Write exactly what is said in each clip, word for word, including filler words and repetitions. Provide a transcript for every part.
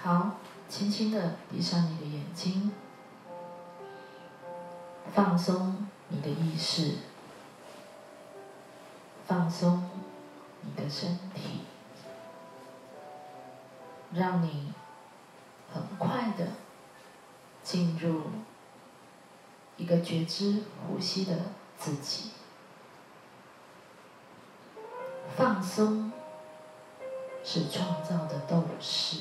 好，轻轻的闭上你的眼睛，放松你的意识，放松你的身体，让你很快的进入一个觉知呼吸的自己。放松是创造的斗士，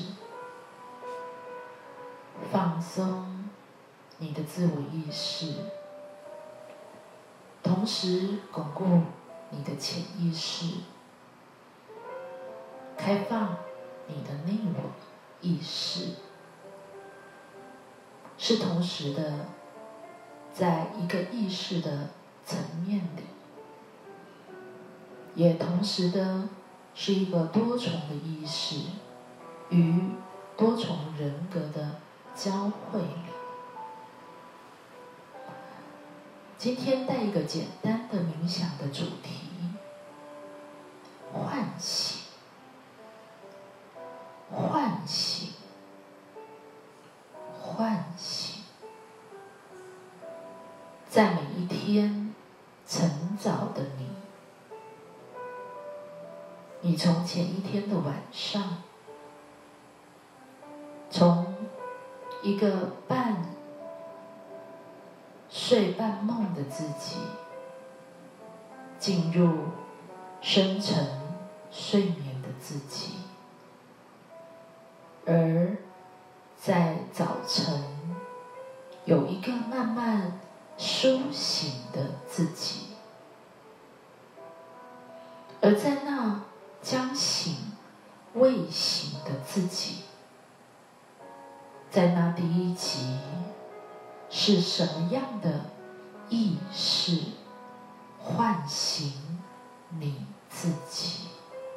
放松你的自我意识，同时巩固你的潜意识，开放你的内我意识，是同时的在一个意识的层面里，也同时的是一个多重的意识与多重人格的交汇里。今天带一个简单的冥想的主题：唤醒，唤醒，唤醒。在每一天晨早的你，你从前一天的晚上，从一个半睡半梦的自己，进入深沉睡眠的自己，而在早晨有一个慢慢苏醒的自己，而在那将醒未醒的自己，在那第一集是什么样的意识唤醒你自己？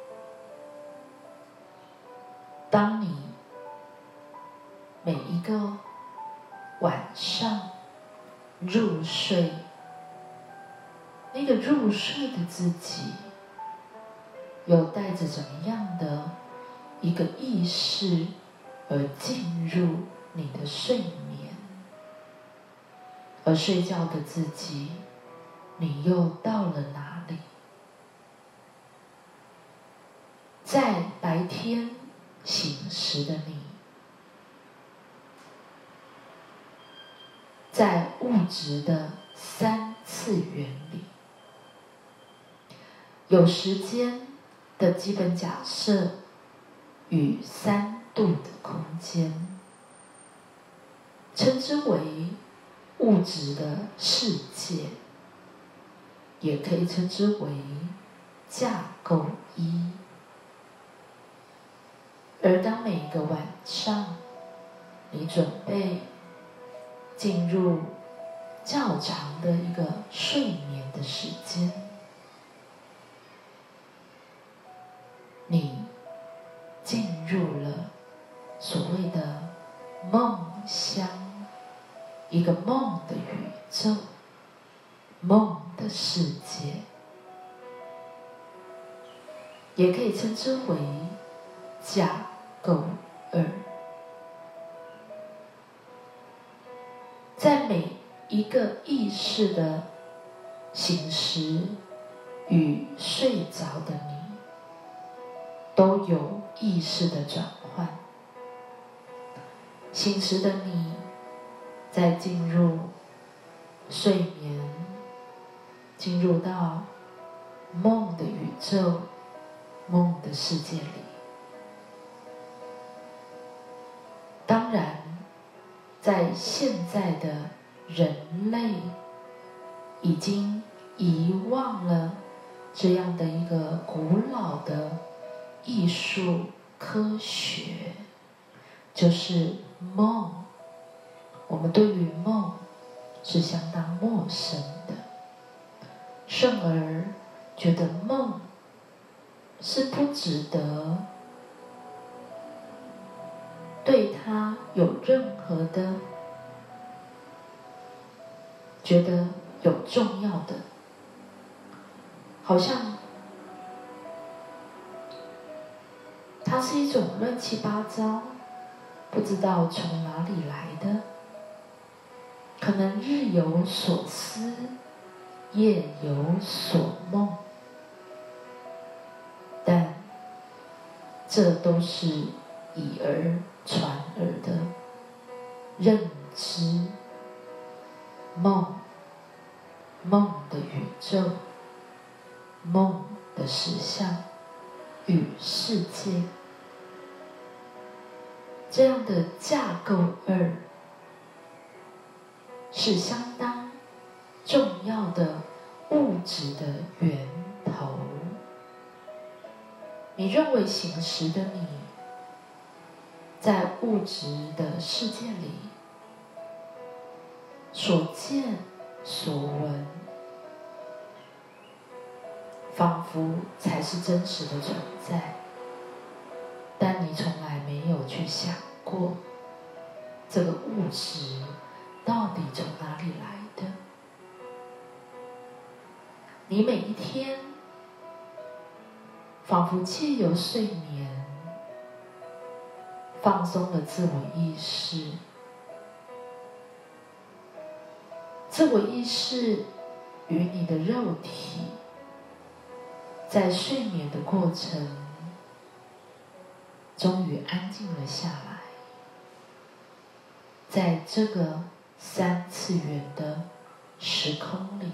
当你每一个晚上入睡，那个入睡的自己又带着怎么样的一个意识而进入你的睡眠？而睡觉的自己，你又到了哪里？在白天醒时的你，在物质的三次元里，有时间的基本假设与三度的空间，称之为物质的世界，也可以称之为架构一。而当每一个晚上，你准备进入较长的一个睡眠的时间，你进入了所谓的梦乡，一个梦的宇宙，梦的世界，也可以称之为架构二。在每一个意识的醒时与睡着的你，都有意识的转换。醒时的你，在进入睡眠，进入到梦的宇宙、梦的世界里。当然，在现在的人类已经遗忘了这样的一个古老的艺术科学，就是梦。我们对于梦是相当陌生的，甚而觉得梦是不值得对它有任何的觉得有重要的，好像它是一种乱七八糟不知道从哪里来的，可能日有所思，夜有所梦，但这都是以讹传讹的认知梦，梦的宇宙，梦的实相与世界，这样的架构二是相当重要的物质的源头。你认为行实的你，在物质的世界里所见所闻，仿佛才是真实的存在，但你从来没有去想过，这个物质到底从哪里来的？你每一天仿佛借由睡眠放松了自我意识，自我意识与你的肉体在睡眠的过程终于安静了下来。在这个三次元的时空里，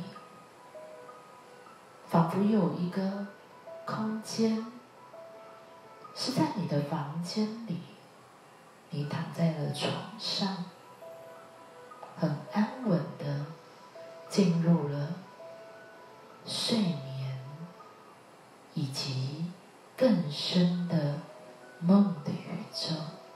仿佛有一个空间是在你的房间里，你躺在了床上，很安稳的进入了睡眠以及更深的梦的宇宙。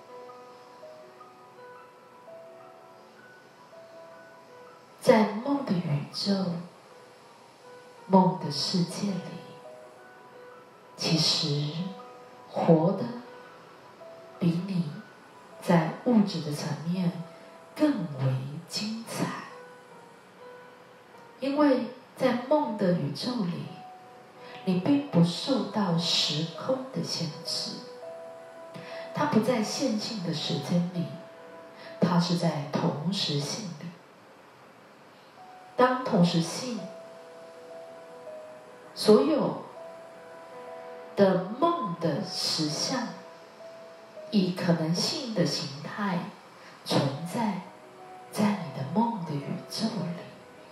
在梦的宇宙，梦的世界里，其实活的比你在物质的层面更为精彩，因为在梦的宇宙里，你并不受到时空的限制，它不在线性的时间里，它是在同时性里。当同时性所有的梦的实相以可能性的形态存在在你的梦的宇宙里，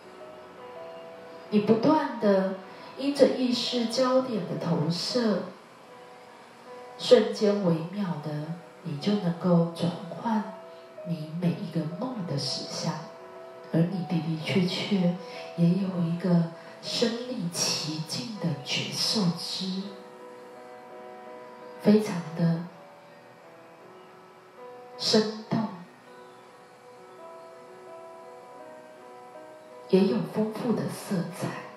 你不断的因着意识焦点的投射，瞬间微妙的，你就能够转换你每一个梦的实相，而你的的确确也有一个身临其境的觉受知，非常的生动，也有丰富的色彩。